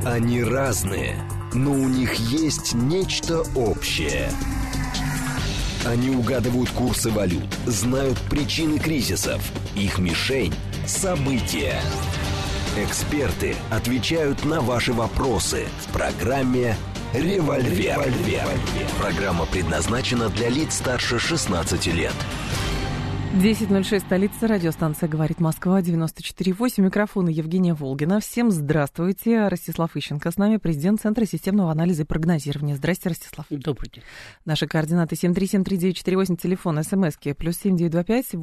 Они разные, но у них есть нечто общее. Они угадывают курсы валют, знают причины кризисов. Их мишень – события. Эксперты отвечают на ваши вопросы в программе «Револьвер». Программа предназначена для лиц старше 16 лет. 10:06, столица, радиостанция «Говорит Москва», 94,8, микрофон Евгения Волгина. Всем здравствуйте, Ростислав Ищенко с нами, президент Центра системного анализа и прогнозирования. Здрасте, Ростислав. Добрый день. Наши координаты 7373948, телефон, смски, плюс 7925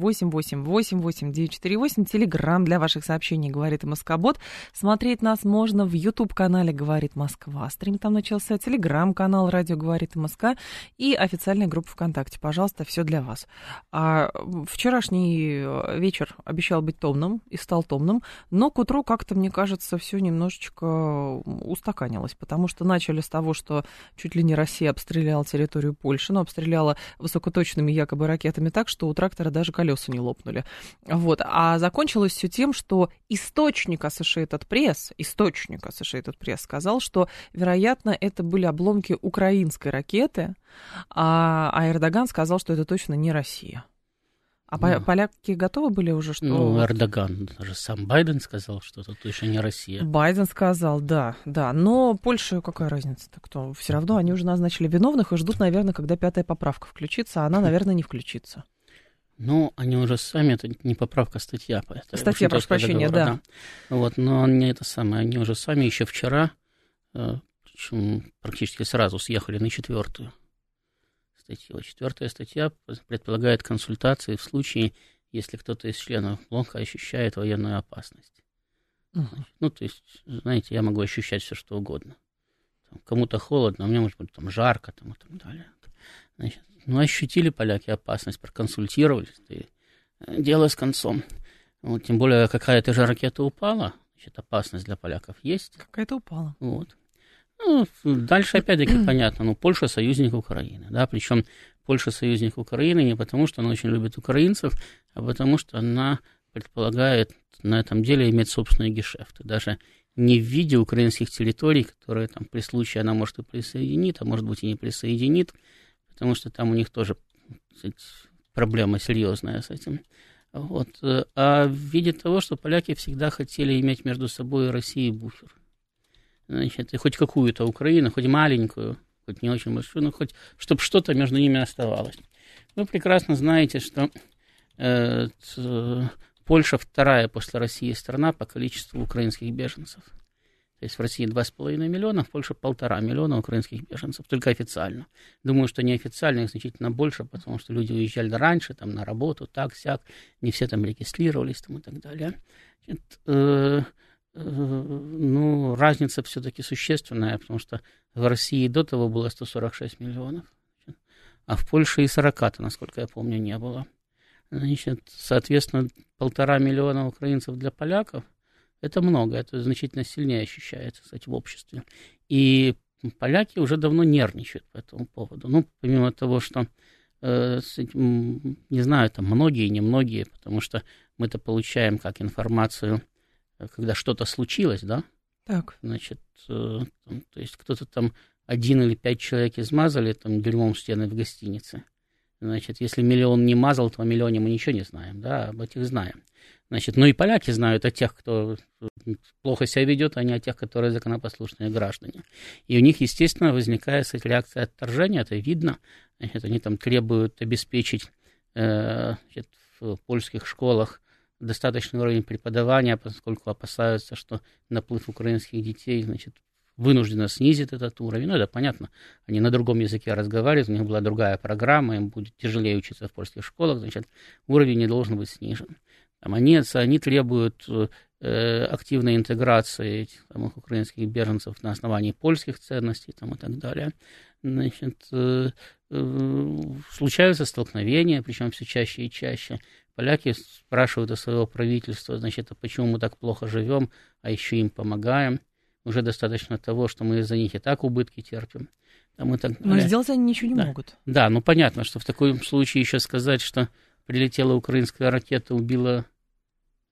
8888948, телеграм для ваших сообщений «Говорит Москобот». Смотреть нас можно в YouTube-канале «Говорит Москва». Стрим там начался, телеграм-канал «Радио Говорит МСК» и официальная группа ВКонтакте. Пожалуйста, все для вас. Вчерашний вечер обещал быть томным и стал томным, но к утру как-то, мне кажется, все немножечко устаканилось, потому что начали с того, что чуть ли не Россия обстреляла территорию Польши, но обстреляла высокоточными якобы ракетами так, что у трактора даже колеса не лопнули. Вот. А закончилось все тем, что источник Associated Press сказал, что, вероятно, это были обломки украинской ракеты, а Эрдоган сказал, что это точно не Россия. А поляки готовы были уже, что... Эрдоган, даже сам Байден сказал, что это точно не Россия. Байден сказал, да. Но Польша, какая разница-то, кто? Все равно они уже назначили виновных и ждут, наверное, когда 5-я поправка включится, а она, наверное, не включится. Ну, они уже сами, это не поправка, статья. Статья, прошу прощения, да. Вот, но не это самое, они уже сами еще вчера, причем практически сразу съехали на 4-ю. 4-я статья предполагает консультации в случае, если кто-то из членов блока ощущает военную опасность. Ну, то есть, знаете, я могу ощущать все, что угодно. Там, кому-то холодно, а мне, может быть, там жарко, там, и так далее. Значит, ощутили поляки опасность, проконсультировались, и дело с концом. Вот, тем более, какая-то же ракета упала, значит, опасность для поляков есть. Какая-то упала. Вот. Дальше, опять-таки, понятно, Польша союзник Украины, да, причем Польша союзник Украины не потому, что она очень любит украинцев, а потому что она предполагает на этом деле иметь собственные гешефты, даже не в виде украинских территорий, которые там при случае она может и присоединит, а может быть и не присоединит, потому что там у них тоже, кстати, проблема серьезная с этим. Вот. А в виде того, что поляки всегда хотели иметь между собой и Россией буфер. Значит, и хоть какую-то Украину, хоть маленькую, хоть не очень большую, но хоть, чтобы что-то между ними оставалось. Вы прекрасно знаете, что Польша вторая после России страна по количеству украинских беженцев. То есть в России 2,5 миллиона, в Польше 1,5 миллиона украинских беженцев, только официально. Думаю, что неофициально их значительно больше, потому что люди уезжали раньше, там, на работу, так-сяк, не все там регистрировались там, и так далее. Значит, разница все-таки существенная, потому что в России до того было 146 миллионов, а в Польше и 40-то, насколько я помню, не было. Значит, соответственно, 1,5 миллиона украинцев для поляков – это много, это значительно сильнее ощущается, кстати, в обществе. И поляки уже давно нервничают по этому поводу. Помимо того, что, не знаю, там многие, немногие, потому что мы-то получаем как информацию, когда что-то случилось, да? Так. Значит, то есть кто-то там 1 или 5 человек измазали там дерьмом стены в гостинице. Значит, если миллион не мазал, то о миллионе мы ничего не знаем, да, об этих знаем. Значит, и поляки знают о тех, кто плохо себя ведет, а не о тех, которые законопослушные граждане. И у них, естественно, возникает реакция отторжения, это видно. Значит, они там требуют обеспечить в польских школах достаточный уровень преподавания, поскольку опасаются, что наплыв украинских детей, значит, вынужденно снизит этот уровень. Это понятно. Они на другом языке разговаривают, у них была другая программа, им будет тяжелее учиться в польских школах, значит, уровень не должен быть снижен. Они требуют активной интеграции этих самых украинских беженцев на основании польских ценностей и так далее. Значит, случаются столкновения, причем все чаще и чаще. Поляки спрашивают у своего правительства, значит, а почему мы так плохо живем, а еще им помогаем. Уже достаточно того, что мы из-за них и так убытки терпим. Там и так далее. Но сделать они ничего не могут. Да, понятно, что в таком случае еще сказать, что прилетела украинская ракета, убила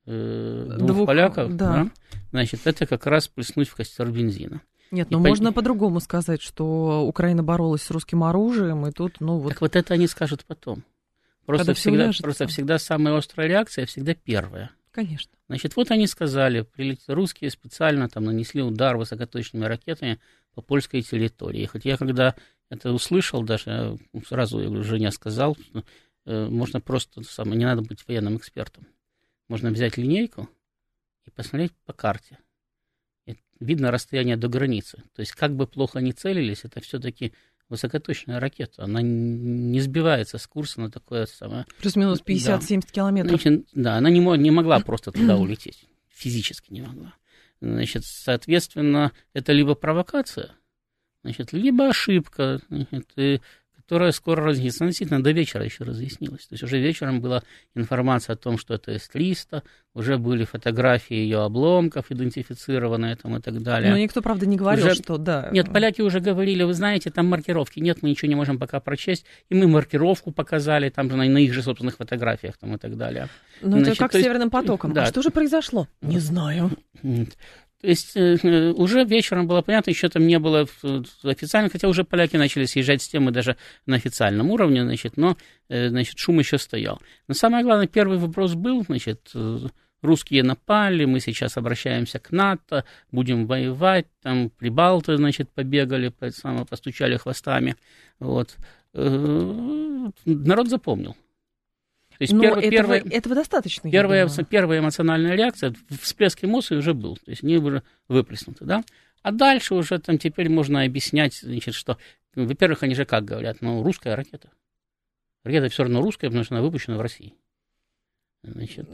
двух поляков, да, значит, это как раз плеснуть в костер бензина. Нет, но можно по-другому сказать, что Украина боролась с русским оружием, и тут, Так вот это они скажут потом. Просто всегда самая острая реакция, всегда первая. Конечно. Значит, вот они сказали, русские специально там нанесли удар высокоточными ракетами по польской территории. Хоть я когда это услышал, даже сразу, я говорю, Женя сказал, что можно просто, не надо быть военным экспертом. Можно взять линейку и посмотреть по карте. Видно расстояние до границы. То есть, как бы плохо ни целились, это все-таки высокоточная ракета. Она не сбивается с курса на такое самое... Плюс-минус 50-70 километров. Значит, да, она не могла просто туда улететь. Физически не могла. Значит, соответственно, это либо провокация, значит, либо ошибка, значит, которая скоро разъяснится. Она действительно до вечера еще разъяснилась. То есть уже вечером была информация о том, что это С-300, уже были фотографии ее обломков, идентифицированные там и так далее. Но никто, правда, не говорил, что да. Нет, поляки уже говорили, вы знаете, там маркировки нет, мы ничего не можем пока прочесть. И мы маркировку показали там на их же собственных фотографиях там и так далее. Но это как с Северным потоком. Да. А что же произошло? Не знаю. То есть уже вечером было понятно, еще там не было официально, хотя уже поляки начали съезжать с темы даже на официальном уровне, значит, но шум еще стоял. Но самое главное, первый вопрос был, значит, русские напали, мы сейчас обращаемся к НАТО, будем воевать, там прибалты, значит, побегали, постучали хвостами, вот. Народ запомнил. То есть этого достаточно. Первая эмоциональная реакция, всплеск эмоций уже был, то есть они уже выплеснуты, да. А дальше уже там теперь можно объяснять, значит, что, во-первых, они же как говорят, русская ракета. Ракета все равно русская, потому что она выпущена в России. Значит,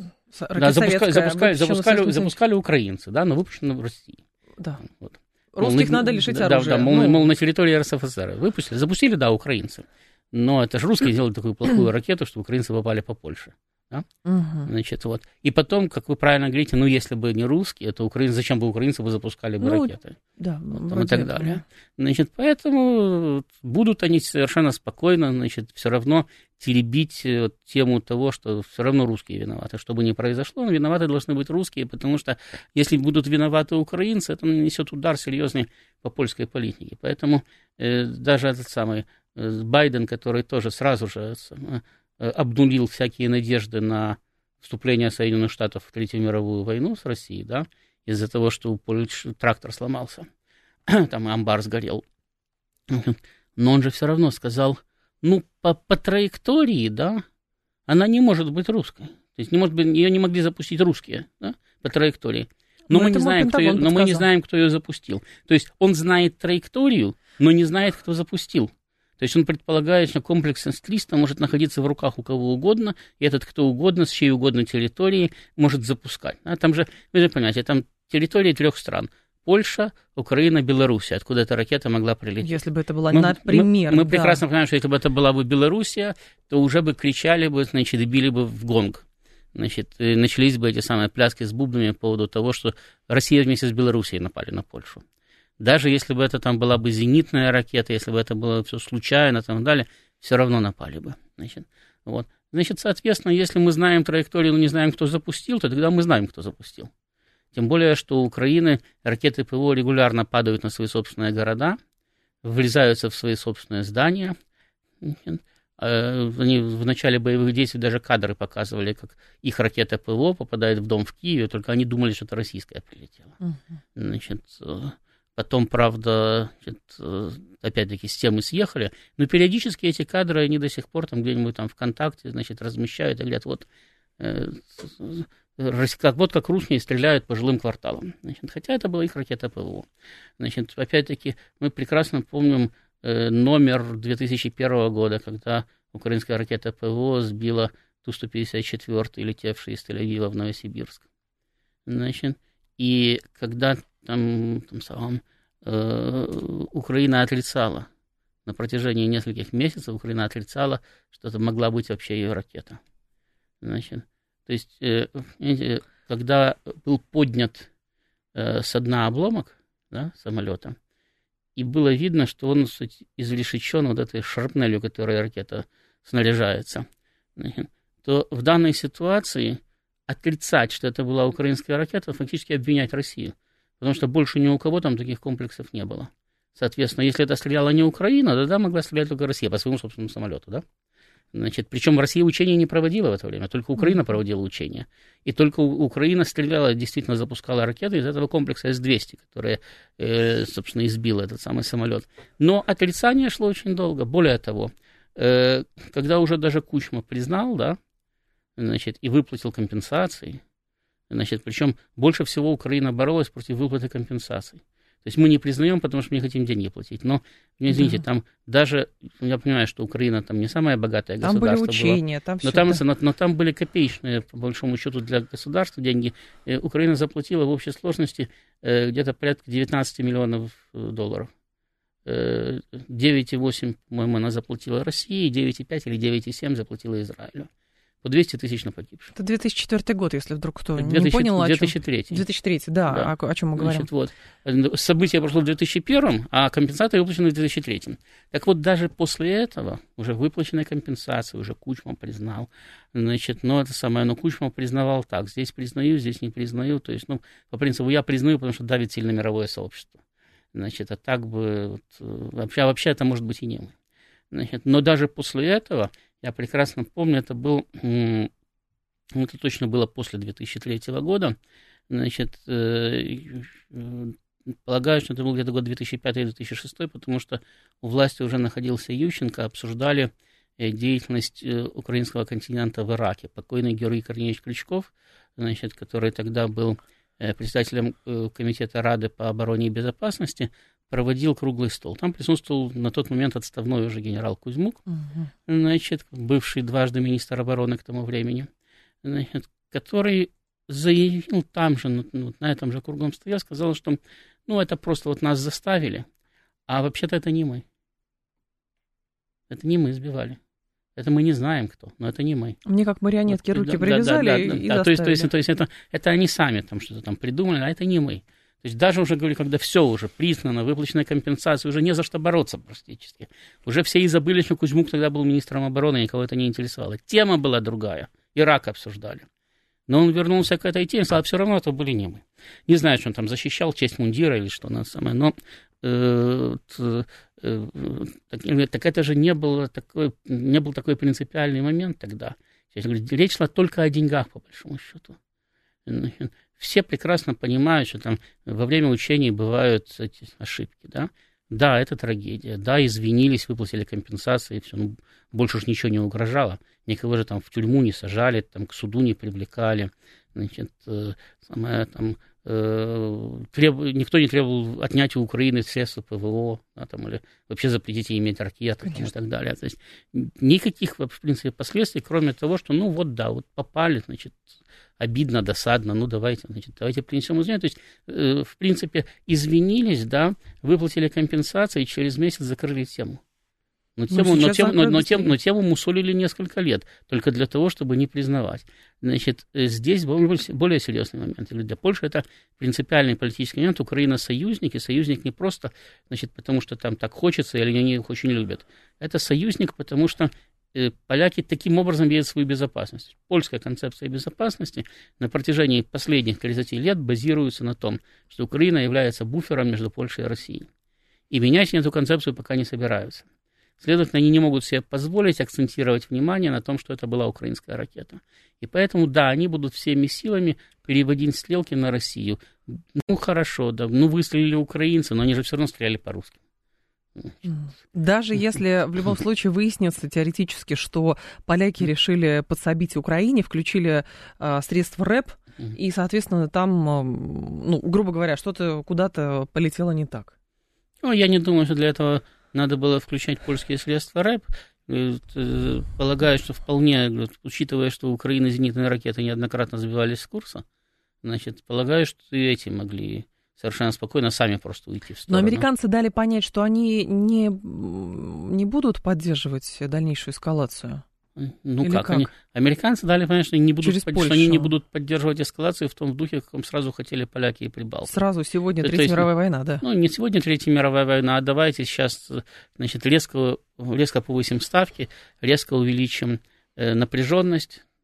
запускали украинцы, да, но выпущена в России. Да. Вот. Русских надо лишить оружия. Да, мол, на территории РСФСР запустили, да, украинцы. Но это же русские сделали такую плохую ракету, что украинцы попали по Польше. Да? Значит, вот. И потом, как вы правильно говорите, если бы не русские, то зачем бы украинцы запускали бы ракеты? Да, и так далее. Значит, поэтому будут они совершенно спокойно, значит, все равно теребить тему того, что все равно русские виноваты. Что бы ни произошло, но виноваты должны быть русские, потому что если будут виноваты украинцы, это нанесет удар серьезный по польской политике. Поэтому даже этот самый Байден, который тоже сразу же обнулил всякие надежды на вступление Соединенных Штатов в Третью мировую войну с Россией, да, из-за того, что у Польши трактор сломался, там амбар сгорел. Но он же все равно сказал, по траектории, да, она не может быть русской. То есть ее не могли запустить русские, да, по траектории. Но мы не знаем, кто ее запустил. То есть он знает траекторию, но не знает, кто запустил. То есть он предполагает, что комплекс С-300 может находиться в руках у кого угодно, и этот кто угодно, с чьей угодно территории может запускать. А там же, вы же понимаете, там территории 3 стран. Польша, Украина, Белоруссия, откуда эта ракета могла прилететь. Если бы это была, например... Мы прекрасно понимаем, что если бы это была бы Белоруссия, то уже бы кричали бы, значит, и били бы в гонг. Значит, и начались бы эти самые пляски с бубнами по поводу того, что Россия вместе с Белоруссией напали на Польшу. Даже если бы это там была бы зенитная ракета, если бы это было все случайно и так далее, все равно напали бы. Значит, соответственно, если мы знаем траекторию, но не знаем, кто запустил, то тогда мы знаем, кто запустил. Тем более, что у Украины ракеты ПВО регулярно падают на свои собственные города, врезаются в свои собственные здания. Они в начале боевых действий даже кадры показывали, как их ракета ПВО попадает в дом в Киеве, только они думали, что это российская прилетела. Значит, потом, правда, опять-таки с темы съехали, но периодически эти кадры, они до сих пор там где-нибудь там ВКонтакте, значит, размещают и говорят, как русские стреляют по жилым кварталам. Значит, хотя это была их ракета ПВО. Значит, опять-таки, мы прекрасно помним номер 2001 года, когда украинская ракета ПВО сбила Ту-154, летевший из Тель-Авива в Новосибирск. Значит, и когда Украина отрицала, на протяжении нескольких месяцев Украина отрицала, что это могла быть вообще ее ракета. Значит, то есть, когда был поднят со дна обломок, да, самолета, и было видно, что он изрешечен вот этой шрапнелью, которой ракета снаряжается, то в данной ситуации отрицать, что это была украинская ракета, фактически обвинять Россию. Потому что больше ни у кого там таких комплексов не было. Соответственно, если это стреляла не Украина, тогда могла стрелять только Россия по своему собственному самолету, да? Значит, причем Россия учения не проводила в это время, только Украина проводила учения. И только Украина стреляла, действительно запускала ракеты из этого комплекса С-200, который, собственно, избил этот самый самолет. Но отрицание шло очень долго. Более того, когда уже даже Кучма признал, да, значит, и выплатил компенсации, значит, причем больше всего Украина боролась против выплаты компенсаций. То есть мы не признаем, потому что мы не хотим деньги платить. Но, извините, там даже, я понимаю, что Украина там не самое богатое государство. Там были учения, там все. Но там были копеечные, по большому счету, для государства деньги. Украина заплатила в общей сложности где-то порядка 19 миллионов долларов. 9,8, по-моему, она заплатила России, 9,5 или 9,7 заплатила Израилю. По 200 тысяч на погибших. Это 2004 год, если вдруг кто не понял, о чем. 2003. 2003, да. О чем мы говорим. Значит, вот. Событие прошло в 2001, а компенсации выплачены в 2003. Так вот, даже после этого уже выплаченная компенсация, уже Кучма признал. Значит, но Кучма признавал так, здесь признаю, здесь не признаю. То есть, по принципу, я признаю, потому что давит сильно мировое сообщество. Значит, а так бы, вообще это может быть и не мы. Значит, но даже после этого, я прекрасно помню, это точно было после 2003 года, значит, полагаю, что это был где-то год 2005-2006, потому что у власти уже находился Ющенко, обсуждали деятельность украинского контингента в Ираке. Покойный Георгий Корнеевич Крючков, значит, который тогда был председателем комитета Рады по обороне и безопасности, проводил круглый стол. Там присутствовал на тот момент отставной уже генерал Кузьмук, значит, бывший дважды министр обороны к тому времени, значит, который заявил там же, на этом же круглом столе, сказал, что это просто нас заставили, а вообще-то это не мы. Это не мы сбивали. Это мы не знаем кто, но это не мы. Мне как марионетки руки привязали и заставили. То есть это они сами там что-то там придумали, а это не мы. То есть даже уже, говорю, когда все уже признано, выплачена компенсация, уже не за что бороться практически. Уже все и забыли, что Кузьмук тогда был министром обороны, никого это не интересовало. Тема была другая, Ирак обсуждали. Но он вернулся к этой теме, сказал, все равно это были не мы. Не знаю, что он там защищал, честь мундира или что на самое, но так это же не был такой принципиальный момент тогда. Речь шла только о деньгах, по большому счету. Все прекрасно понимают, что там во время учений бывают эти ошибки, да? Да, это трагедия, да, извинились, выплатили компенсации, все, больше уж ничего не угрожало, никого же там в тюрьму не сажали, там к суду не привлекали, значит, никто не требовал отнять у Украины средства ПВО, да, там, или вообще запретить иметь ракеты и так далее. То есть никаких, в принципе, последствий, кроме того, что, попали, значит, обидно, досадно, давайте принесем извинения. То есть, в принципе, извинились, да, выплатили компенсации и через месяц закрыли тему. Но тему мусолили несколько лет, только для того, чтобы не признавать. Значит, здесь более серьезный момент. Для Польши это принципиальный политический момент. Украина союзник, и союзник не просто, значит, потому что там так хочется, или они их очень любят. Это союзник, потому что поляки таким образом видят свою безопасность. Польская концепция безопасности на протяжении последних 30 лет базируется на том, что Украина является буфером между Польшей и Россией. И менять эту концепцию пока не собираются. Следовательно, они не могут себе позволить акцентировать внимание на том, что это была украинская ракета. И поэтому, да, они будут всеми силами переводить стрелки на Россию. Хорошо, да, выстрелили украинцы, но они же все равно стреляли по-русски. Даже если в любом случае выяснится теоретически, что поляки решили подсобить Украине, включили средства РЭП, и, соответственно, там, грубо говоря, что-то куда-то полетело не так. Я не думаю, что для этого надо было включать польские средства РЭП. Полагаю, что вполне, учитывая, что у Украины зенитные ракеты неоднократно сбивались с курса, значит, полагаю, что и эти могли совершенно спокойно сами просто уйти в сторону. Но американцы дали понять, что они не будут поддерживать дальнейшую эскалацию. Как? Американцы дали понять, что они не будут поддерживать эскалацию в том духе, в каком сразу хотели поляки и прибалты. Сразу сегодня Третья мировая война, да? Не сегодня Третья мировая война, а давайте сейчас, значит, резко повысим ставки, резко увеличим напряженность,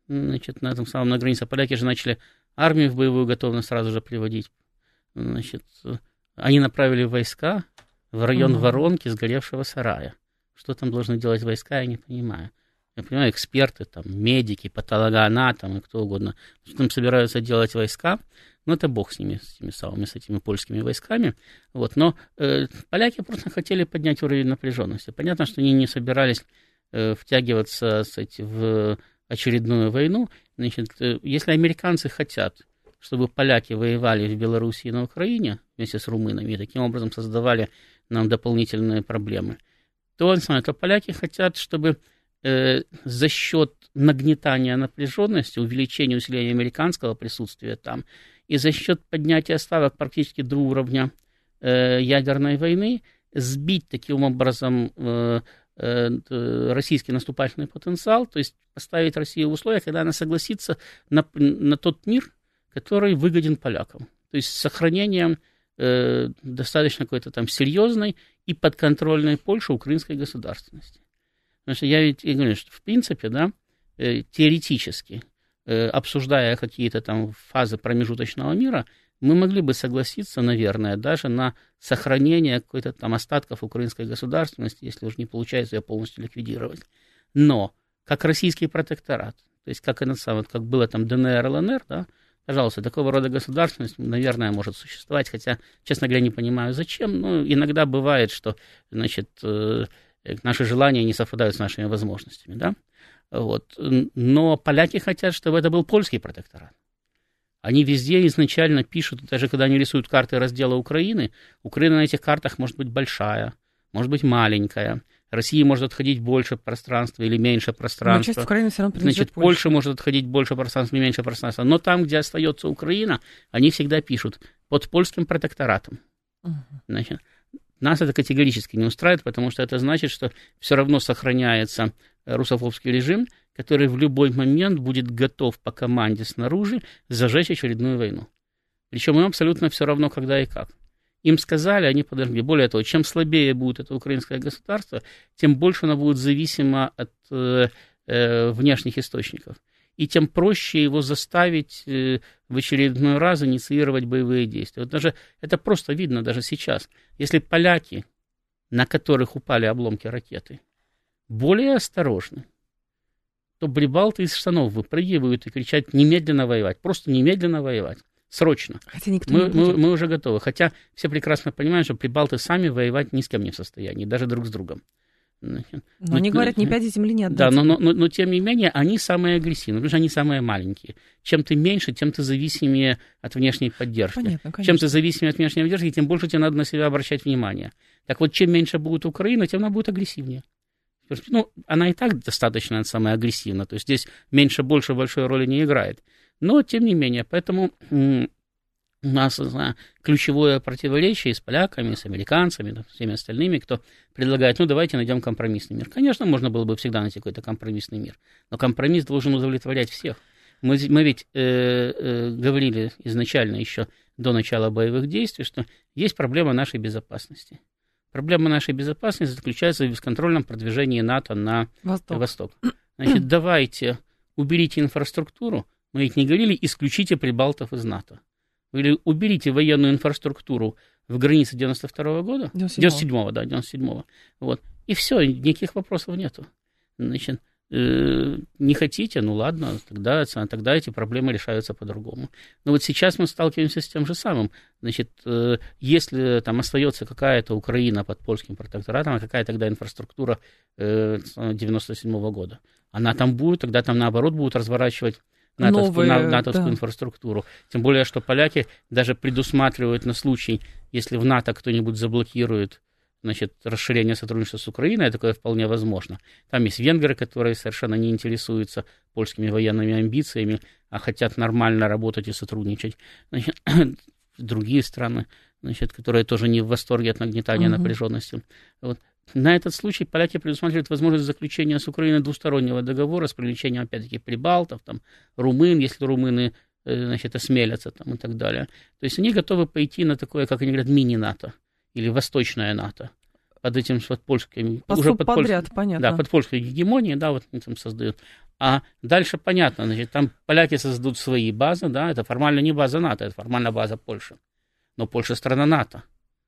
значит, на этом самом, на границе. Поляки же начали армию в боевую готовность сразу же приводить. Значит, они направили войска в район Воронки сгоревшего сарая. Что там должны делать войска, я не понимаю. Я понимаю, эксперты, там, медики, патологоанатомы, кто угодно, что там собираются делать войска, но это бог с ними, с этими польскими войсками. Вот. Но поляки просто хотели поднять уровень напряженности. Понятно, что они не собирались втягиваться в очередную войну. Значит, если американцы хотят, чтобы поляки воевали в Белоруссии и на Украине вместе с румынами и таким образом создавали нам дополнительные проблемы, то поляки хотят, чтобы за счет нагнетания напряженности, увеличения, усиления американского присутствия там, и за счет поднятия ставок практически до уровня ядерной войны, сбить таким образом российский наступательный потенциал, то есть поставить Россию в условия, когда она согласится на тот мир, который выгоден полякам. То есть с сохранением достаточно какой-то там серьезной и подконтрольной Польше украинской государственности. Потому что я говорю, что в принципе, да, теоретически, обсуждая какие-то там фазы промежуточного мира, мы могли бы согласиться, наверное, даже на сохранение какой-то там остатков украинской государственности, если уж не получается ее полностью ликвидировать. Но как российский протекторат, то есть как было там ДНР, ЛНР, да, пожалуйста, такого рода государственность, наверное, может существовать, хотя, честно говоря, не понимаю, зачем. Но иногда бывает, что, значит, наши желания не совпадают с нашими возможностями, да. Вот. Но поляки хотят, чтобы это был польский протекторат. Они везде изначально пишут, даже когда они рисуют карты раздела Украины, Украина на этих картах может быть большая, может быть маленькая. России может отходить больше пространства или меньше пространства. Но часть Украины все равно принадлежит Польше. Польше может отходить больше пространства или меньше пространства. Но там, где остается Украина, они всегда пишут под польским протекторатом. Значит, нас это категорически не устраивает, потому что это значит, что все равно сохраняется русофобский режим, который в любой момент будет готов по команде снаружи зажечь очередную войну. Причем им абсолютно все равно, когда и как. Им сказали, они подожгли. Более того, чем слабее будет это украинское государство, тем больше оно будет зависимо от внешних источников. И тем проще его заставить в очередной раз инициировать боевые действия. Вот даже, это просто видно даже сейчас. Если поляки, на которых упали обломки ракеты, более осторожны, то прибалты из штанов выпрыгивают и кричат немедленно воевать. Просто немедленно воевать. Срочно. Хотя никто мы уже готовы. Хотя все прекрасно понимают, что прибалты сами воевать ни с кем не в состоянии, даже друг с другом. Но они говорят, ни пяди земли не отдать. Да, но тем не менее, они самые агрессивные, потому что они самые маленькие. Чем ты меньше, тем ты зависимее от внешней поддержки. Понятно, чем ты зависимее от внешней поддержки, тем больше тебе надо на себя обращать внимание. Так вот, чем меньше будет Украина, тем она будет агрессивнее. Ну, она и так достаточно самая агрессивна, то есть здесь меньше-больше большой роли не играет. Но, тем не менее, поэтому у нас ключевое противоречие с поляками, с американцами, с всеми остальными, кто предлагает, давайте найдем компромиссный мир. Конечно, можно было бы всегда найти какой-то компромиссный мир, но компромисс должен удовлетворять всех. Мы ведь говорили изначально, еще до начала боевых действий, что есть проблема нашей безопасности. Проблема нашей безопасности заключается в бесконтрольном продвижении НАТО на восток. Значит, давайте уберите инфраструктуру, мы ведь не говорили, исключите прибалтов из НАТО. Вы говорили, уберите военную инфраструктуру в границе 92 года, 97-го. Вот. И все, никаких вопросов нету. Значит, не хотите, ладно, тогда эти проблемы решаются по-другому. Но вот сейчас мы сталкиваемся с тем же самым. Значит, если там остается какая-то Украина под польским протекторатом, а какая тогда инфраструктура 97-го года? Она там будет, тогда там наоборот будут разворачивать натовскую инфраструктуру. Тем более, что поляки даже предусматривают на случай, если в НАТО кто-нибудь заблокирует, значит, расширение сотрудничества с Украиной, такое вполне возможно. Там есть венгры, которые совершенно не интересуются польскими военными амбициями, а хотят нормально работать и сотрудничать. Значит, другие страны, значит, которые тоже не в восторге от нагнетания напряженности. Вот. На этот случай поляки предусматривают возможность заключения с Украиной двустороннего договора с привлечением, опять-таки, прибалтов, там, румын, если румыны, значит, осмелятся там, и так далее. То есть они готовы пойти на такое, как они говорят, мини-НАТО или восточное НАТО. Под этим под польским... Уже под подряд, понятно. Да, под польской гегемонией, да, вот они там создают. А дальше понятно, значит, там поляки создадут свои базы, да, это формально не база НАТО, это формально база Польши. Но Польша страна НАТО.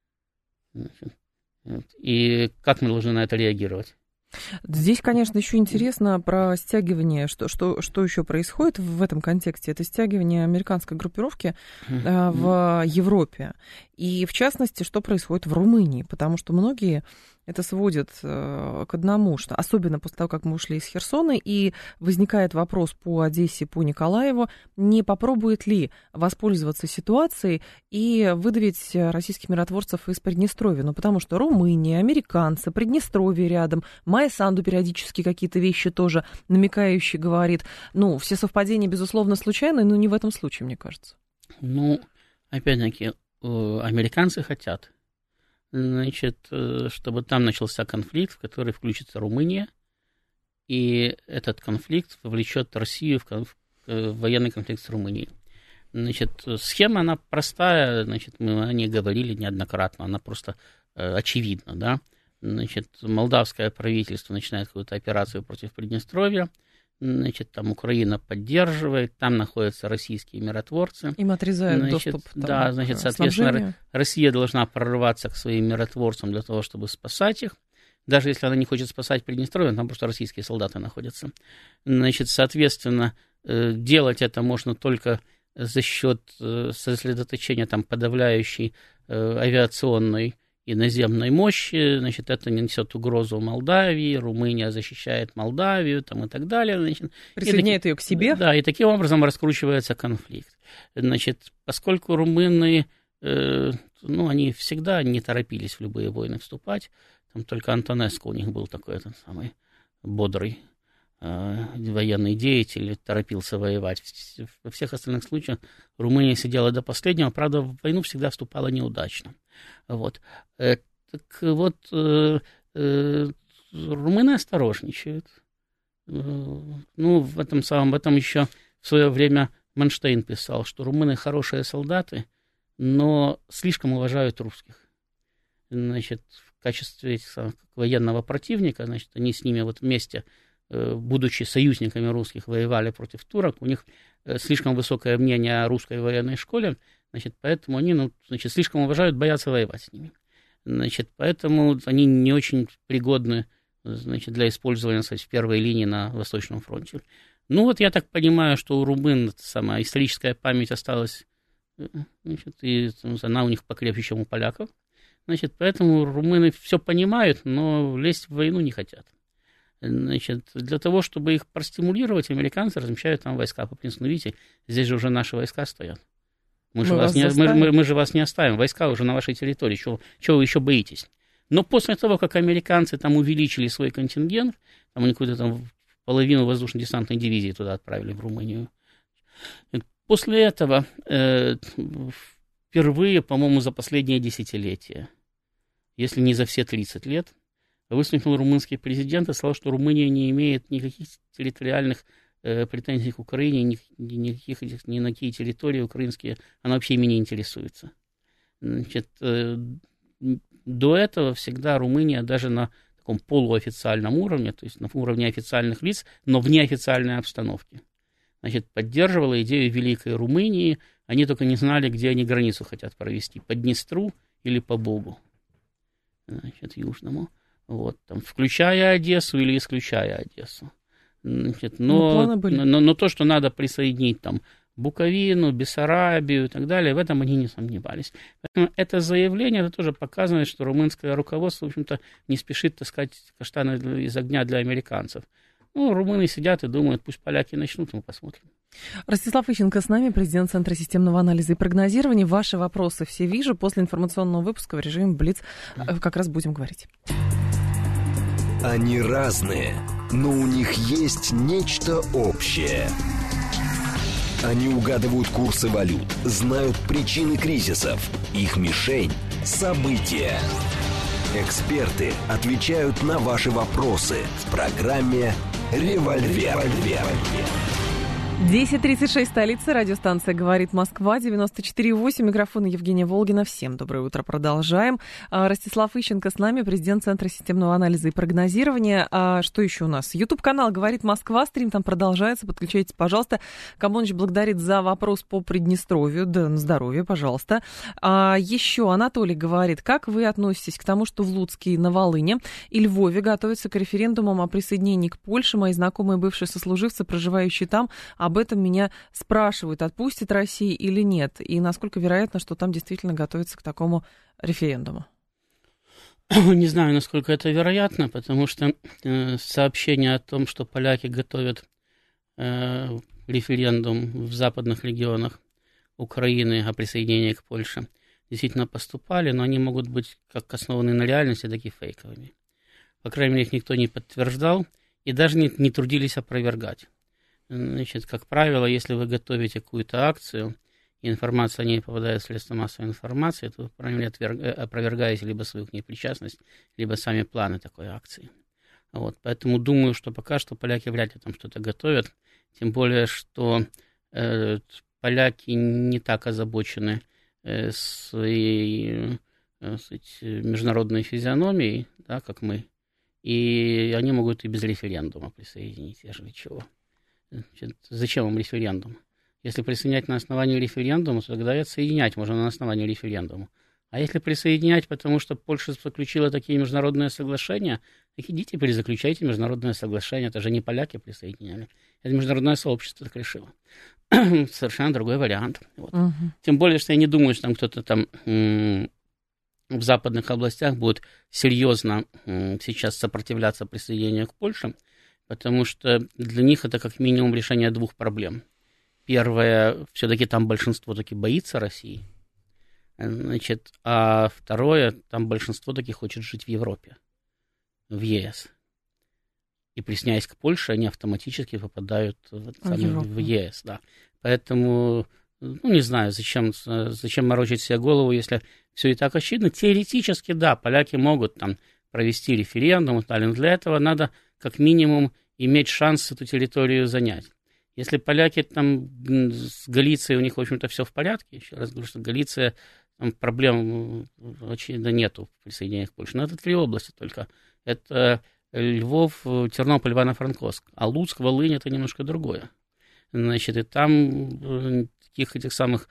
И как мы должны на это реагировать? Здесь, конечно, еще интересно про стягивание, что еще происходит в этом контексте. Это стягивание американской группировки в Европе. И, в частности, что происходит в Румынии. Потому что многие это сводят к одному, что особенно после того, как мы ушли из Херсона, и возникает вопрос по Одессе, по Николаеву, не попробует ли воспользоваться ситуацией и выдавить российских миротворцев из Приднестровья. Ну, потому что Румыния, американцы, Приднестровье рядом, Майя Санду периодически какие-то вещи тоже намекающие говорит. Ну, все совпадения, безусловно, случайные, но не в этом случае, мне кажется. Ну, опять-таки, американцы хотят, значит, чтобы там начался конфликт, в который включится Румыния, и этот конфликт вовлечет Россию в военный конфликт с Румынией. Значит, схема, она простая, значит, мы о ней говорили неоднократно, она просто очевидна, да. Значит, молдавское правительство начинает какую-то операцию против Приднестровья, значит, там Украина поддерживает, там находятся российские миротворцы. Им отрезают доступ там, да, значит, соответственно, Россия должна прорываться к своим миротворцам для того, чтобы спасать их. Даже если она не хочет спасать Приднестровье, там просто российские солдаты находятся. Значит, соответственно, делать это можно только за счет сосредоточения там подавляющей авиационной и наземной мощи, значит, это несет угрозу Молдавии, Румыния защищает Молдавию, там, и так далее. Значит, присоединяет ее к себе. Да, и таким образом раскручивается конфликт. Значит, поскольку румыны, ну, они всегда не торопились в любые войны вступать, там только Антонеску у них был такой этот самый бодрый военный деятель, торопился воевать. Во всех остальных случаях Румыния сидела до последнего, правда, в войну всегда вступала неудачно. Вот. Так вот, румыны осторожничают. Ну, в этом еще в свое время Манштейн писал, что румыны хорошие солдаты, но слишком уважают русских. Значит, в качестве военного противника, значит, они с ними вот вместе, будучи союзниками русских, воевали против турок, у них слишком высокое мнение о русской военной школе, значит, поэтому они, ну, значит, слишком уважают, боятся воевать с ними. Значит, поэтому они не очень пригодны, значит, для использования, кстати, в первой линии на Восточном фронте. Ну, вот я так понимаю, что у румын сама историческая память осталась, значит, и она у них покрепче, чем у поляков. Значит, поэтому румыны все понимают, но лезть в войну не хотят. Значит, для того, чтобы их простимулировать, американцы размещают там войска. По принципу, видите, здесь же уже наши войска стоят. Мы же вас не оставим. Войска уже на вашей территории. Чего вы еще боитесь? Но после того, как американцы там увеличили свой контингент, там они какую-то там половину воздушно-десантной дивизии туда отправили, в Румынию. После этого впервые, по-моему, за последние десятилетия, если не за все 30 лет, выступил румынский президент и сказал, что Румыния не имеет никаких территориальных претензий к Украине, ни на какие территории украинские, она вообще ими не интересуется. Значит, до этого всегда Румыния даже на таком полуофициальном уровне, то есть на уровне официальных лиц, но в неофициальной обстановке, значит, поддерживала идею Великой Румынии, они только не знали, где они границу хотят провести, по Днестру или по Бугу, значит, южному. Вот, там, включая Одессу или исключая Одессу. Значит, но то, что надо присоединить там Буковину, Бессарабию и так далее, в этом они не сомневались. Поэтому это заявление, это тоже показывает, что румынское руководство, в общем-то, не спешит таскать каштаны из огня для американцев. Ну, румыны сидят и думают, пусть поляки начнут, мы посмотрим. Ростислав Ищенко с нами, президент Центра системного анализа и прогнозирования. Ваши вопросы все вижу. После информационного выпуска в режиме Блиц как раз будем говорить. Они разные, но у них есть нечто общее. Они угадывают курсы валют, знают причины кризисов. Их мишень – события. Эксперты отвечают на ваши вопросы в программе «Револьвер». 10:36, столица, радиостанция «Говорит Москва», 94,8, микрофон Евгения Волгина. Всем доброе утро, продолжаем. Ростислав Ищенко с нами, президент Центра системного анализа и прогнозирования. Что еще у нас? YouTube-канал «Говорит Москва», стрим там продолжается, подключайтесь, пожалуйста. Камоныч благодарит за вопрос по Приднестровью, да, на здоровье, пожалуйста. Еще Анатолий говорит, как вы относитесь к тому, что в Луцке, на Волыне и Львове готовятся к референдумам о присоединении к Польше? Мои знакомые бывшие сослуживцы, проживающие там, об этом меня спрашивают, отпустит Россия или нет, и насколько вероятно, что там действительно готовится к такому референдуму. Не знаю, насколько это вероятно, потому что сообщение о том, что поляки готовят референдум в западных регионах Украины о присоединении к Польше, действительно поступали, но они могут быть как основаны на реальности, так и фейковыми. По крайней мере, их никто не подтверждал и даже не трудились опровергать. Значит, как правило, если вы готовите какую-то акцию, и информация о ней попадает в средства массовой информации, то вы, по крайней мере, опровергаете либо свою к ней причастность, либо сами планы такой акции. Вот, поэтому думаю, что пока что поляки вряд ли там что-то готовят, тем более, что поляки не так озабочены своей международной физиономией, да, как мы, и они могут и без референдума присоединить, ежели чего. Значит, зачем им референдум? Если присоединять на основании референдума, то тогда и отсоединять можно на основании референдума. А если присоединять, потому что Польша заключила такие международные соглашения, так идите, перезаключайте международное соглашение. Это же не поляки присоединяли. Это международное сообщество так решило. Совершенно другой вариант. Вот. Тем более, что я не думаю, что там кто-то там в западных областях будет серьезно сейчас сопротивляться присоединению к Польше, потому что для них это как минимум решение двух проблем. Первое, все-таки там большинство таки боится России, значит, а второе, там большинство таки хочет жить в Европе, в ЕС. И присоединяясь к Польше, они автоматически попадают в ЕС. Да. Поэтому, не знаю, зачем морочить себе голову, если все и так очевидно. Теоретически, да, поляки могут там провести референдум, но для этого надо как минимум иметь шанс эту территорию занять. Если поляки там с Галицией, у них, в общем-то, все в порядке, еще раз говорю, что Галиция, там проблем, очевидно, нету в присоединении к Польше. Но это 3 области только. Это Львов, Тернополь, Ивано-Франковск. А Луцк, Волынь — это немножко другое. Значит, и там таких этих самых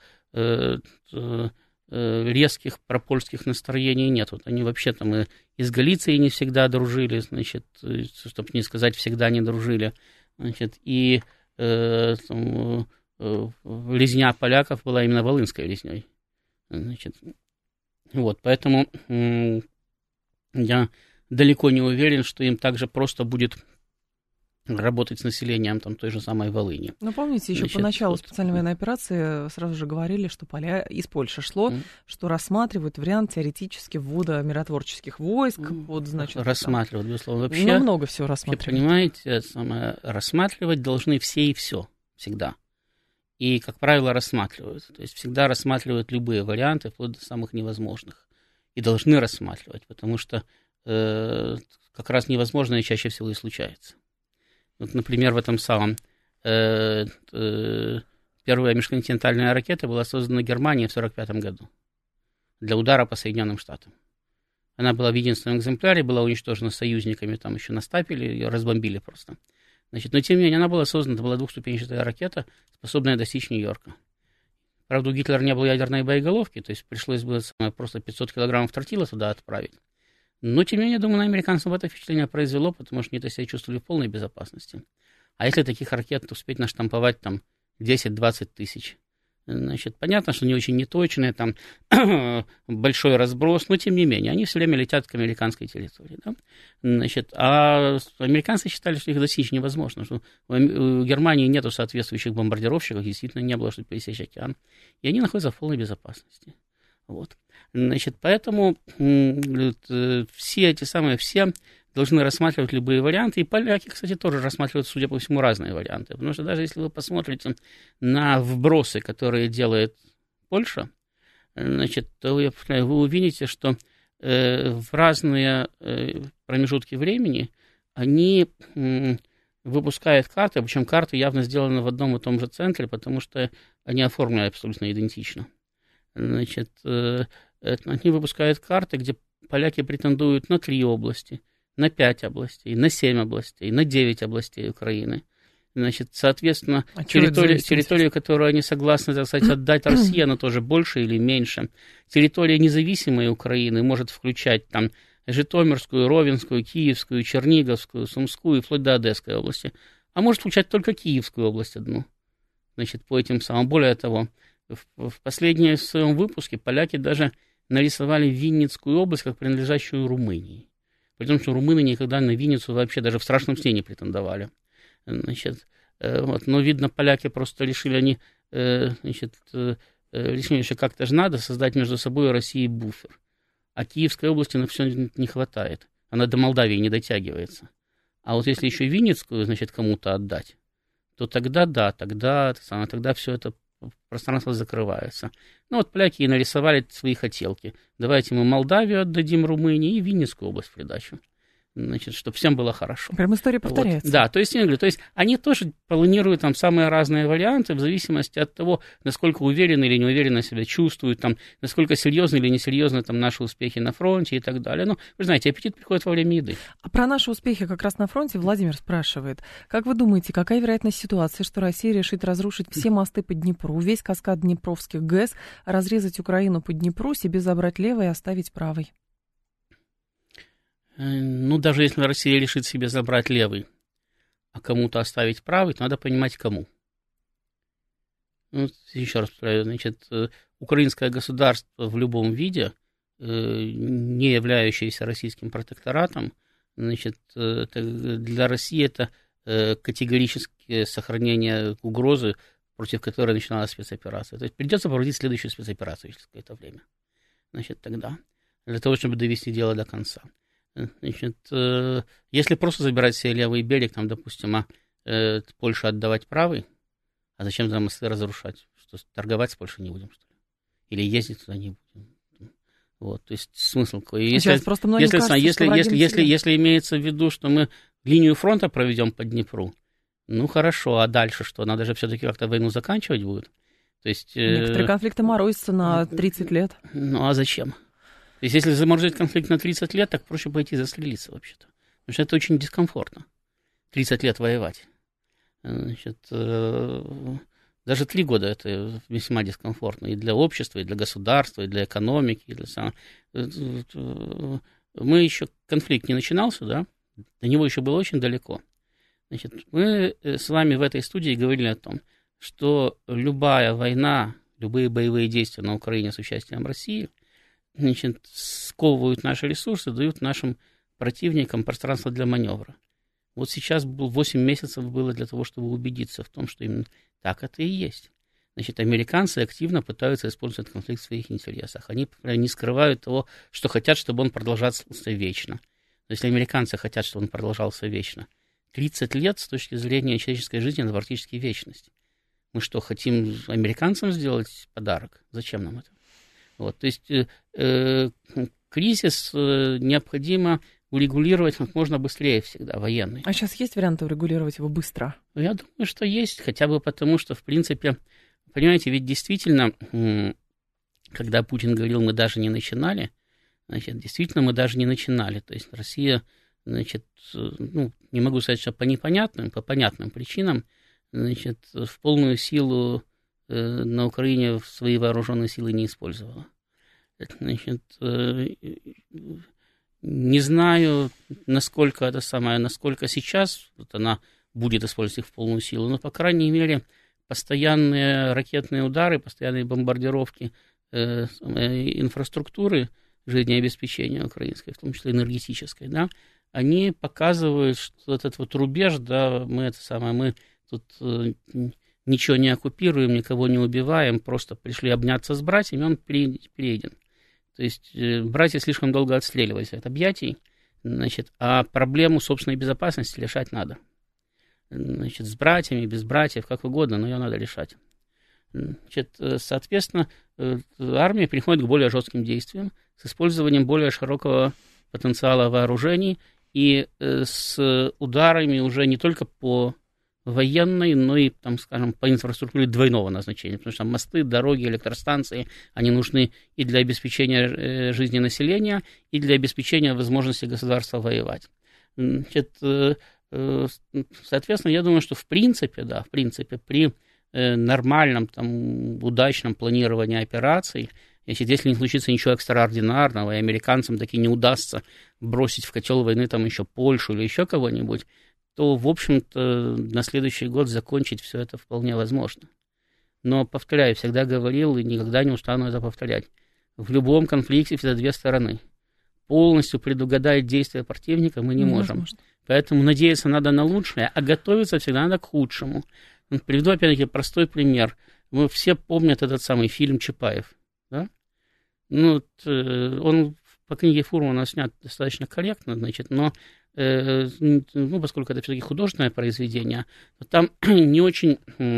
резких пропольских настроений нет. Вот они вообще там и с Галицией не всегда дружили, значит, чтобы не сказать, всегда не дружили. Значит, и резня поляков была именно волынской резней. Значит, вот, поэтому я далеко не уверен, что им также просто будет работать с населением там, той же самой Волыни. Ну, помните, еще поначалу специальной военной операции сразу же говорили, что из Польши шло, что рассматривают вариант теоретически ввода миротворческих войск. Вот, значит, рассматривают, безусловно. Вообще, много всего рассматривают. Понимаете, рассматривать должны все и все, всегда. И, как правило, рассматривают. То есть всегда рассматривают любые варианты, вплоть до самых невозможных. И должны рассматривать, потому что как раз невозможное чаще всего и случается. Вот, например, в этом самом первая межконтинентальная ракета была создана Германией в 1945 году для удара по Соединенным Штатам. Она была в единственном экземпляре, была уничтожена союзниками, там еще настапили, ее разбомбили просто. Значит, но тем не менее, она была создана, это была 2-ступенчатая ракета, способная достичь Нью-Йорка. Правда, у Гитлера не было ядерной боеголовки, то есть пришлось бы просто 500 килограммов тротила туда отправить. Но, тем не менее, думаю, на американцев это впечатление произвело, потому что они-то себя чувствовали в полной безопасности. А если таких ракет успеть наштамповать там 10-20 тысяч, значит, понятно, что они очень неточные, там большой разброс, но, тем не менее, они все время летят к американской территории. Да? Значит, а американцы считали, что их достичь невозможно, что у Германии нету соответствующих бомбардировщиков, действительно не было, чтобы пересечь океан, и они находятся в полной безопасности. Вот. Значит, поэтому все должны рассматривать любые варианты, и поляки, кстати, тоже рассматривают, судя по всему, разные варианты, потому что даже если вы посмотрите на вбросы, которые делает Польша, значит, то вы увидите, что в разные промежутки времени они выпускает карты, причем карты явно сделаны в одном и том же центре, потому что они оформлены абсолютно идентично. Значит, они выпускают карты, где поляки претендуют на 3 области, на 5 областей, на 7 областей, на 9 областей Украины. Значит, соответственно, территорию, которую они согласны, так сказать, отдать России, она тоже больше или меньше. Территория независимой Украины может включать там Житомирскую, Ровенскую, Киевскую, Черниговскую, Сумскую, вплоть до Одесской области. А может включать только Киевскую область одну. Значит, по этим самым. Более того, в последнем своем выпуске поляки даже нарисовали Винницкую область как принадлежащую Румынии. При том, что румыны никогда на Винницу вообще даже в страшном сне не претендовали. Значит, вот, но, видно, поляки просто решили, решили, что как-то же надо создать между собой и Россией буфер. А Киевской области на все не хватает. Она до Молдавии не дотягивается. А вот если еще Винницкую, значит, кому-то отдать, то тогда да, тогда все это пространство закрывается. Ну вот поляки и нарисовали свои хотелки. Давайте мы Молдавию отдадим Румынии и Винницкую область в придачу. Значит, чтобы всем было хорошо. Прям история повторяется. Вот. Да, то есть они тоже планируют там самые разные варианты в зависимости от того, насколько уверенно или неуверенно себя чувствуют, там, насколько серьезны или несерьезны там наши успехи на фронте и так далее. Ну, вы знаете, аппетит приходит во время еды. А про наши успехи как раз на фронте Владимир спрашивает. Как вы думаете, какая вероятность ситуации, что Россия решит разрушить все мосты по Днепру, весь каскад днепровских ГЭС, разрезать Украину по Днепру, себе забрать левый и оставить правый? Ну, даже если Россия решит себе забрать левый, а кому-то оставить правый, то надо понимать, кому. Ну, еще раз повторяю, значит, украинское государство в любом виде, не являющееся российским протекторатом, значит, для России это категорическое сохранение угрозы, против которой начиналась спецоперация. То есть придется проводить следующую спецоперацию через какое-то время. Значит, тогда, для того, чтобы довести дело до конца. Значит, если просто забирать себе левый берег, там, допустим, Польше отдавать правый, а зачем там мосты разрушать? Что, торговать с Польшей не будем, что ли? Или ездить туда не будем? Вот, то есть смысл какой? Если имеется в виду, что мы линию фронта проведем по Днепру, ну хорошо, а дальше что? Надо же все-таки как-то войну заканчивать будет. То есть, некоторые конфликты морозятся на 30 лет. Ну а зачем? То есть, если заморозить конфликт на 30 лет, так проще пойти застрелиться вообще-то. Потому что это очень дискомфортно. 30 лет воевать. Значит, даже 3 года это весьма дискомфортно. И для общества, и для государства, и для экономики. И для Мы еще, конфликт не начинался, да? До него еще было очень далеко. Значит, мы с вами в этой студии говорили о том, что любая война, любые боевые действия на Украине с участием России, значит, сковывают наши ресурсы, дают нашим противникам пространство для маневра. Вот сейчас 8 месяцев было для того, чтобы убедиться в том, что именно так это и есть. Значит, американцы активно пытаются использовать конфликт в своих интересах. Они не скрывают того, что хотят, чтобы он продолжался вечно. Но если американцы хотят, чтобы он продолжался вечно, 30 лет с точки зрения человеческой жизни — это практически вечность. Мы что, хотим американцам сделать подарок? Зачем нам это? Вот, то есть кризис необходимо урегулировать как можно быстрее всегда, военный. А сейчас есть варианты урегулировать его быстро? Я думаю, что есть, хотя бы потому, что, в принципе, понимаете, ведь действительно, когда Путин говорил, мы даже не начинали, значит, действительно мы даже не начинали. То есть Россия, значит, ну, не могу сказать, что по понятным причинам, значит, в полную силу на Украине свои вооруженные силы не использовала. Значит, не знаю, насколько сейчас вот она будет использовать их в полную силу, но, по крайней мере, постоянные ракетные удары, постоянные бомбардировки инфраструктуры жизнеобеспечения украинской, в том числе энергетической, да, они показывают, что этот вот рубеж, да, мы тут ничего не оккупируем, никого не убиваем, просто пришли обняться с братьями, он перейден. То есть братья слишком долго отстреливались от объятий, значит, а проблему собственной безопасности решать надо. Значит, с братьями, без братьев, как угодно, но ее надо решать. Значит, соответственно, армия переходит к более жестким действиям с использованием более широкого потенциала вооружений и с ударами уже не только по военной, но и, там, скажем, по инфраструктуре двойного назначения, потому что мосты, дороги, электростанции, они нужны и для обеспечения жизни населения, и для обеспечения возможности государства воевать. Значит, соответственно, я думаю, что в принципе, при нормальном, там, удачном планировании операций, значит, если не случится ничего экстраординарного, и американцам таки не удастся бросить в котел войны там еще Польшу или еще кого-нибудь, то, в общем-то, на следующий год закончить все это вполне возможно. Но, повторяю, всегда говорил и никогда не устану это повторять. В любом конфликте всегда две стороны. Полностью предугадать действия противника мы не можем. Поэтому надеяться надо на лучшее, а готовиться всегда надо к худшему. Приведу, опять-таки, простой пример. Мы все помнят этот самый фильм «Чапаев». Да? Ну, он по книге Фурмана снят достаточно корректно, значит, но поскольку это все-таки художественное произведение, то там не очень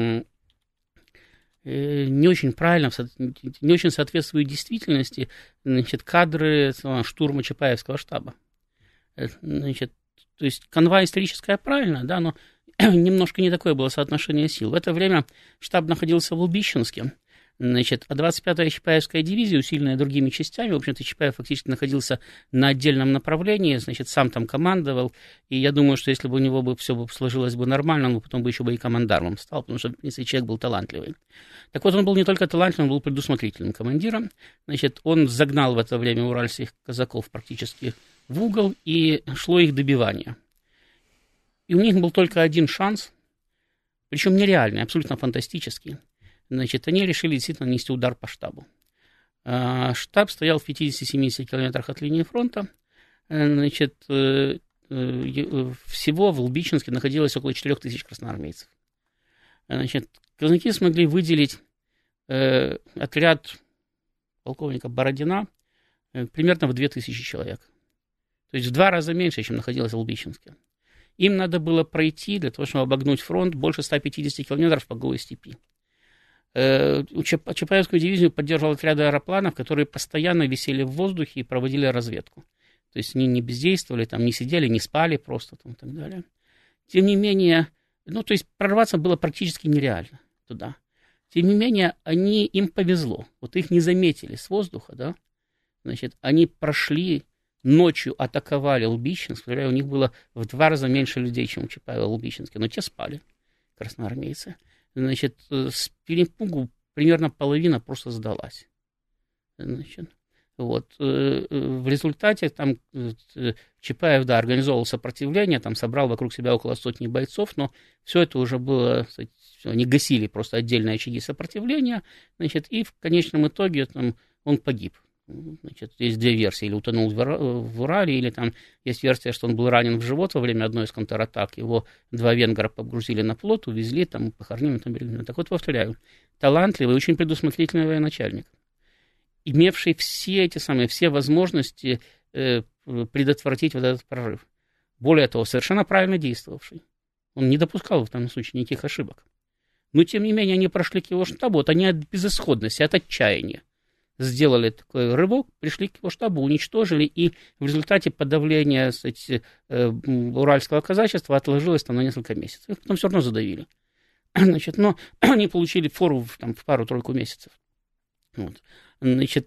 правильно, не очень соответствуют действительности, значит, кадры штурма Чапаевского штаба. Значит, то есть канва историческая правильно, да, но немножко не такое было соотношение сил. В это время штаб находился в Лубищенске, значит, а 25-я Чапаевская дивизия, усиленная другими частями, в общем-то, Чапаев фактически находился на отдельном направлении, значит, сам там командовал, и я думаю, что если бы у него бы все сложилось бы нормально, он бы потом бы еще бы и командармом стал, потому что, в принципе, человек был талантливый. Так вот, он был не только талантливым, он был предусмотрительным командиром, значит, он загнал в это время уральских казаков практически в угол, и шло их добивание. И у них был только один шанс, причем нереальный, абсолютно фантастический. Значит, они решили действительно нанести удар по штабу. Штаб стоял в 50-70 километрах от линии фронта. Значит, всего в Лубищенске находилось около 4000 красноармейцев. Значит, казаки смогли выделить отряд полковника Бородина примерно в 2000 человек. То есть в 2 раза меньше, чем находилось в Лубищенске. Им надо было пройти, для того, чтобы обогнуть фронт, больше 150 километров по голой степи. Чапаевскую дивизию поддерживал отряд аэропланов, которые постоянно висели в воздухе и проводили разведку. То есть они не бездействовали, там, не сидели, не спали просто там, и так далее. Тем не менее, то есть прорваться было практически нереально туда. Тем не менее, им повезло. Вот их не заметили с воздуха, да. Значит, они прошли, ночью атаковали Лубищенск, у них было в 2 раза меньше людей, чем у Чапаева в Лубищенске, но те спали, красноармейцы. Значит, с перепугу примерно половина просто сдалась. Значит, вот. В результате там Чапаев, да, организовал сопротивление, там собрал вокруг себя около 100 бойцов, но все это уже было, они гасили просто отдельные очаги сопротивления, значит, и в конечном итоге там, он погиб. Значит, есть 2 версии, или утонул в Урале, или там есть версия, что он был ранен в живот во время одной из контратак, его 2 венгра погрузили на плот, увезли, там, похоронили. Так вот, повторяю, талантливый, очень предусмотрительный военачальник, имевший все возможности предотвратить вот этот прорыв. Более того, совершенно правильно действовавший. Он не допускал в данном случае никаких ошибок. Но, тем не менее, они прошли к его штабу, вот они от безысходности, от отчаяния сделали такой рывок, пришли к его штабу, уничтожили, и в результате подавления, кстати, уральского казачества отложилось там на несколько месяцев. Их потом все равно задавили. Значит, но они получили фору там, в 2-3 месяцев. Вот. Значит,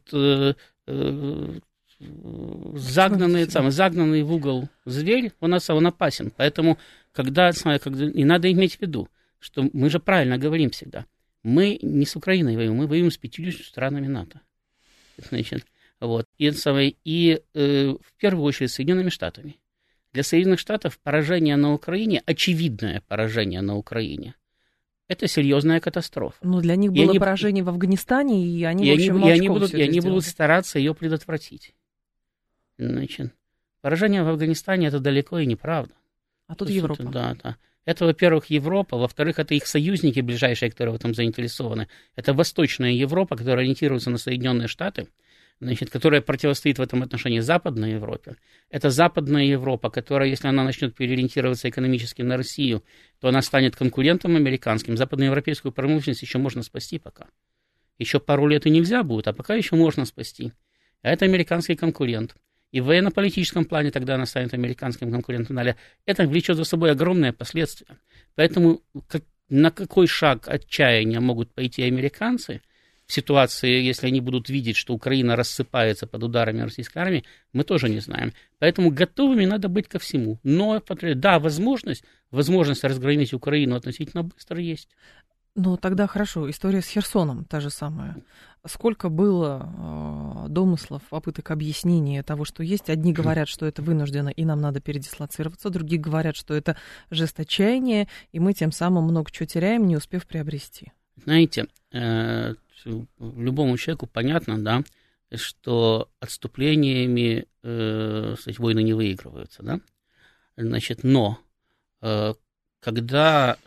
загнанный в угол зверь, он опасен. Поэтому, и надо иметь в виду, что мы же правильно говорим всегда, мы не с Украиной воюем, мы воюем с 50 странами НАТО. Значит, вот. И в первую очередь с Соединенными Штатами. Для Соединенных Штатов поражение на Украине, очевидное поражение на Украине, это серьезная катастрофа. Но для них было поражение в Афганистане, и они, в общем, они будут стараться ее предотвратить. Значит, поражение в Афганистане — это далеко и неправда. А тут Европа. Да. Это, во-первых, Европа, во-вторых, это их союзники ближайшие, которые в этом заинтересованы. Это Восточная Европа, которая ориентируется на Соединенные Штаты, значит, которая противостоит в этом отношении Западной Европе. Это Западная Европа, которая, если она начнет переориентироваться экономически на Россию, то она станет конкурентом американским. Западноевропейскую промышленность еще можно спасти пока. Еще пару лет и нельзя будет, а пока еще можно спасти. А это американский конкурент. и в военно-политическом плане тогда она станет американским конкурентом. Это влечет за собой огромные последствия. Поэтому на какой шаг отчаяния могут пойти американцы в ситуации, если они будут видеть, что Украина рассыпается под ударами российской армии, мы тоже не знаем. Поэтому готовыми надо быть ко всему. Но, да, возможность разгромить Украину относительно быстро есть. Ну, тогда хорошо, история с Херсоном та же самая. Сколько было домыслов, попыток объяснения того, что есть? Одни говорят, что это вынуждено, и нам надо передислоцироваться, другие говорят, что это жест отчаяния, и мы тем самым много чего теряем, не успев приобрести. Знаете, любому человеку понятно, да, что отступлениями войны не выигрываются, да? Значит, но когда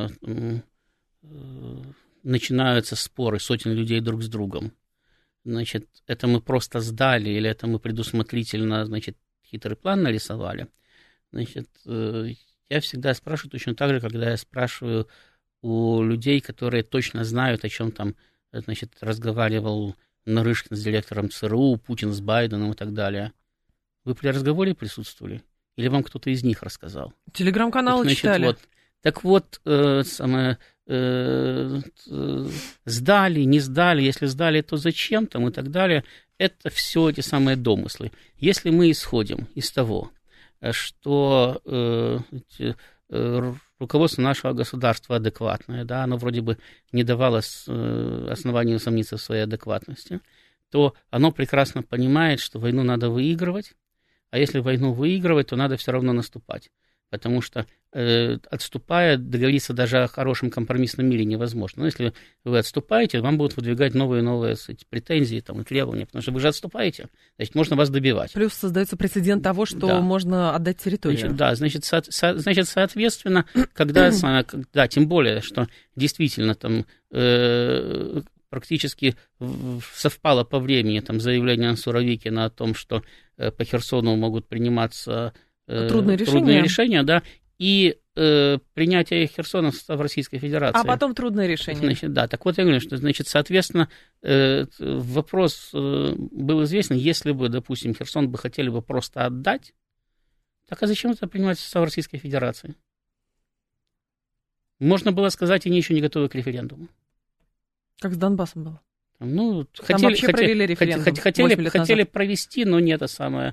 начинаются споры сотен людей друг с другом, значит, это мы просто сдали или это мы предусмотрительно, значит, хитрый план нарисовали, значит, я всегда спрашиваю точно так же, когда я спрашиваю у людей, которые точно знают, о чем там, значит, разговаривал Нарышкин с директором ЦРУ, Путин с Байденом и так далее. Вы при разговоре присутствовали? Или вам кто-то из них рассказал? Телеграм-каналы, значит, читали. Вот, так вот, сдали, не сдали, если сдали, то зачем там и так далее. Это все эти самые домыслы. Если мы исходим из того, что руководство нашего государства адекватное, да, оно вроде бы не давало оснований усомниться в своей адекватности, то оно прекрасно понимает, что войну надо выигрывать, а если войну выигрывать, то надо все равно наступать. Потому что, отступая, договориться даже о хорошем компромиссном мире невозможно. Но если вы отступаете, вам будут выдвигать новые претензии там, и требования, потому что вы же отступаете, значит, можно вас добивать. Плюс создается прецедент того, что да, можно отдать территорию. Значит, соответственно, когда, тем более, что действительно там практически совпало по времени там, заявление Суровикина о том, что по Херсону могут приниматься трудные решения, да, и принятие Херсона в состав Российской Федерации. А потом трудное решение. Значит, да, так вот я говорю, что, значит, соответственно, вопрос был известен, если бы, допустим, Херсон бы хотели бы просто отдать, так а зачем это принимать в состав Российской Федерации? Можно было сказать, они еще не готовы к референдуму. Как с Донбассом было. Ну, хотели провести, но не это самое.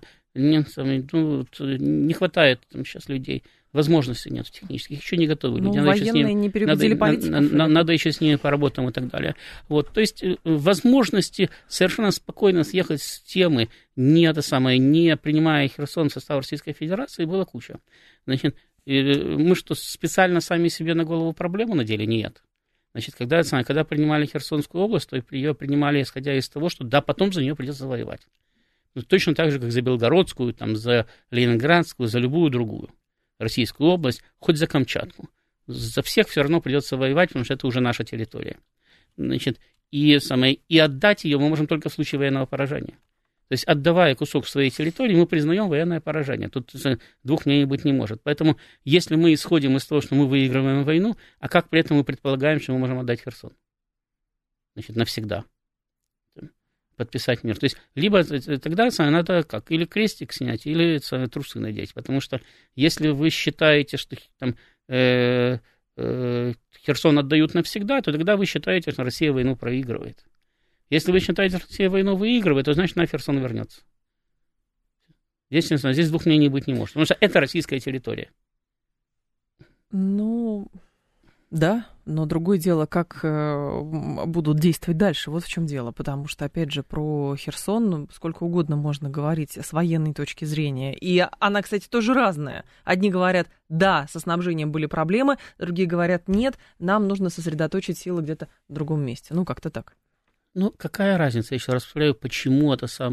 Не хватает там сейчас людей, возможностей нет технических, еще не готовы люди. Военные не переубедили политиков. Надо еще с ними поработать и так далее. Вот, то есть возможности совершенно спокойно съехать с темы, не принимая Херсон в состав Российской Федерации, было куча. Значит, мы что, специально сами себе на голову проблему надели? Нет. Значит, когда принимали Херсонскую область, то ее принимали, исходя из того, что да, потом за нее придется воевать. Ну, точно так же, как за Белгородскую, там, за Ленинградскую, за любую другую российскую область, хоть за Камчатку. За всех все равно придется воевать, потому что это уже наша территория. Значит, и отдать ее мы можем только в случае военного поражения. То есть, отдавая кусок своей территории, мы признаем военное поражение. Тут двух мнений быть не может. Поэтому, если мы исходим из того, что мы выигрываем войну, а как при этом мы предполагаем, что мы можем отдать Херсон? Значит, навсегда. Подписать мир. То есть, либо тогда надо как? Или крестик снять, или трусы надеть. Потому что, если вы считаете, что там, Херсон отдают навсегда, то тогда вы считаете, что Россия войну проигрывает. Если вы считаете, что Россия войну выигрывает, то значит, на Херсон вернется. Здесь двух мнений быть не может, потому что это российская территория. Ну, да, но другое дело, как будут действовать дальше. Вот в чем дело. Потому что, опять же, про Херсон сколько угодно можно говорить с военной точки зрения. И она, кстати, тоже разная. Одни говорят, да, со снабжением были проблемы, другие говорят, нет, нам нужно сосредоточить силы где-то в другом месте. Ну, как-то так. Ну, какая разница, я еще раз повторяю, почему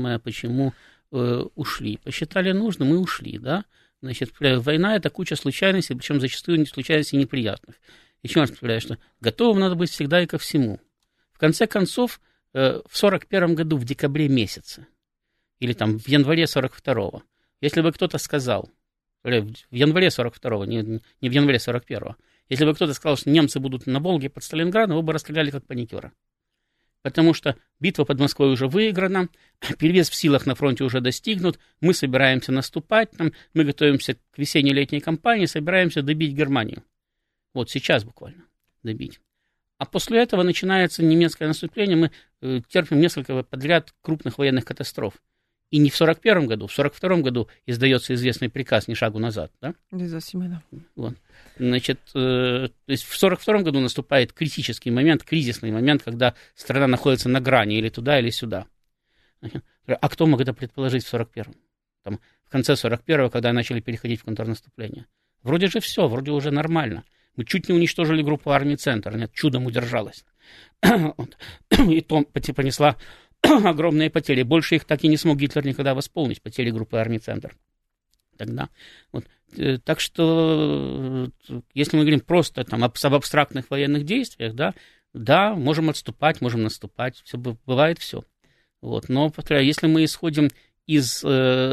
ушли. Посчитали нужным и ушли, да? Значит, война – это куча случайностей, причем зачастую случайностей неприятных. Еще раз повторяю, что готовым надо быть всегда и ко всему. В конце концов, в 1941 году, в декабре месяце, или там в январе 1942, если бы кто-то сказал, в январе 1942, не в январе 1941, если бы кто-то сказал, что немцы будут на Волге под Сталинградом, его бы расстреляли как паникера. потому что битва под Москвой уже выиграна, перевес в силах на фронте уже достигнут, мы собираемся наступать, мы готовимся к весенне-летней кампании, собираемся добить Германию. Вот сейчас буквально добить. А после этого начинается немецкое наступление, мы терпим несколько подряд крупных военных катастроф. И не в 1941 году, в 1942 году издается известный приказ «Ни шагу назад». Да? Вот. Значит, то есть в 1942 году наступает критический момент, кризисный момент, когда страна находится на грани или туда, или сюда. А кто мог это предположить в 1941? В конце 1941, когда начали переходить в контрнаступление. Вроде же все, вроде уже нормально. Мы чуть не уничтожили группу армий «Центр», нет, чудом удержалась. И то понесла огромные потери. Больше их так и не смог Гитлер никогда восполнить, потери группы армий «Центр». Тогда. Вот. Так что, если мы говорим просто об абстрактных военных действиях, да, можем отступать, можем наступать, все, бывает все. Вот. Но, повторяю, если мы исходим из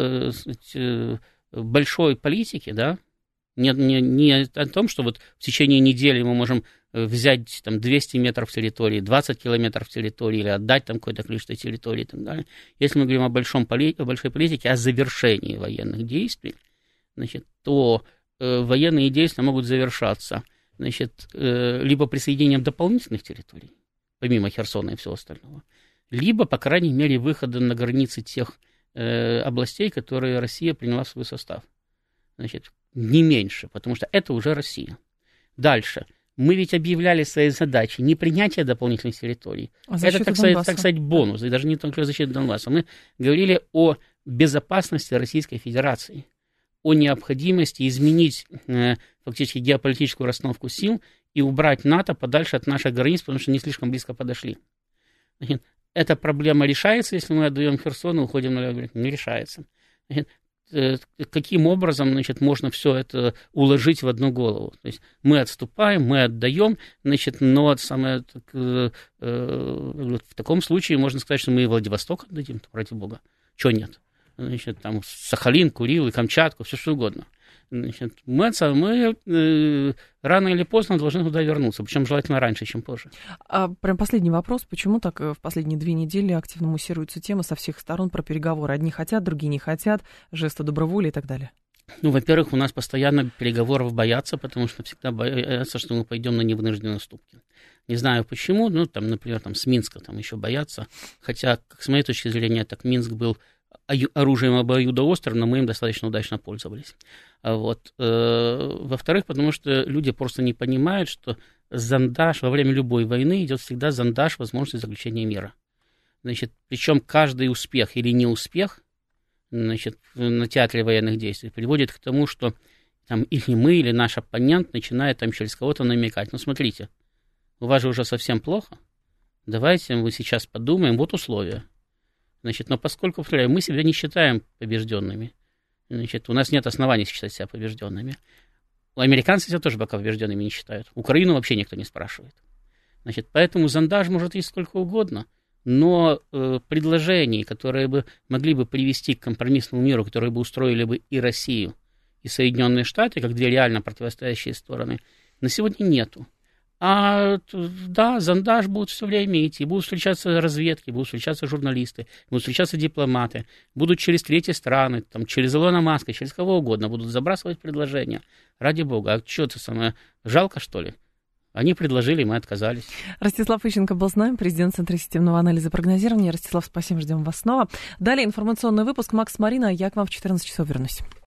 большой политики, да, не о том, что вот в течение недели мы можем взять 200 метров территории, 20 километров территории или отдать какое-то количество территории и так далее. Если мы говорим о большой политике, о завершении военных действий, значит, то военные действия могут завершаться, значит, либо присоединением дополнительных территорий, помимо Херсона и всего остального, либо, по крайней мере, выходом на границы тех областей, которые Россия приняла в свой состав. Значит, не меньше, потому что это уже Россия. Дальше. Мы ведь объявляли своей задачей не принятие дополнительных территорий. Это, так сказать, бонус. И даже не только защита Донбасса. Мы говорили о безопасности Российской Федерации, о необходимости изменить фактически геополитическую расстановку сил и убрать НАТО подальше от наших границ, потому что не слишком близко подошли. Значит, эта проблема решается, если мы отдаем Херсон и уходим на левый берег? Не решается. Значит, каким образом, значит, можно все это уложить в одну голову? То есть мы отступаем, мы отдаем, значит, но в таком случае можно сказать, что мы и Владивосток отдадим, ради бога. Чего нет? Значит, Сахалин, Курилы, Камчатку, все что угодно. Значит, мы рано или поздно должны туда вернуться, причем желательно раньше, чем позже. Прям последний вопрос. Почему так в последние 2 недели активно муссируется тема со всех сторон про переговоры? Одни хотят, другие не хотят, жесты доброй воли и так далее. Во-первых, у нас постоянно переговоров боятся, потому что всегда боятся, что мы пойдем на невынужденные уступки. Не знаю почему, например, с Минска еще боятся, хотя, с моей точки зрения, так Минск был оружием обоюдоострым, но мы им достаточно удачно пользовались. Вот. Во-вторых, потому что люди просто не понимают, что зондаж во время любой войны идет всегда зондаж возможности заключения мира. Значит, причем каждый успех или неуспех, значит, на театре военных действий приводит к тому, что или мы, или наш оппонент начинает через кого-то намекать. Смотрите, у вас же уже совсем плохо, давайте мы сейчас подумаем, вот условия. Значит, но поскольку, повторяю, мы себя не считаем побежденными, значит, у нас нет оснований считать себя побежденными. Американцы себя тоже пока побежденными не считают. Украину вообще никто не спрашивает. Значит, поэтому зондаж может есть сколько угодно, но предложений, которые бы могли бы привести к компромиссному миру, которые бы устроили бы и Россию, и Соединенные Штаты, как две реально противостоящие стороны, на сегодня нету. Да, зондаж будет все время идти, будут встречаться разведки, будут встречаться журналисты, будут встречаться дипломаты, будут через третьи страны, через Илона Маска, через кого угодно, будут забрасывать предложения. Ради бога, а что это самое, жалко, что ли? Они предложили, мы отказались. Ростислав Ищенко был с нами, президент Центра системного анализа и прогнозирования. Ростислав, спасибо, ждем вас снова. Далее информационный выпуск. Макс, Марина, я к вам в 14 часов вернусь.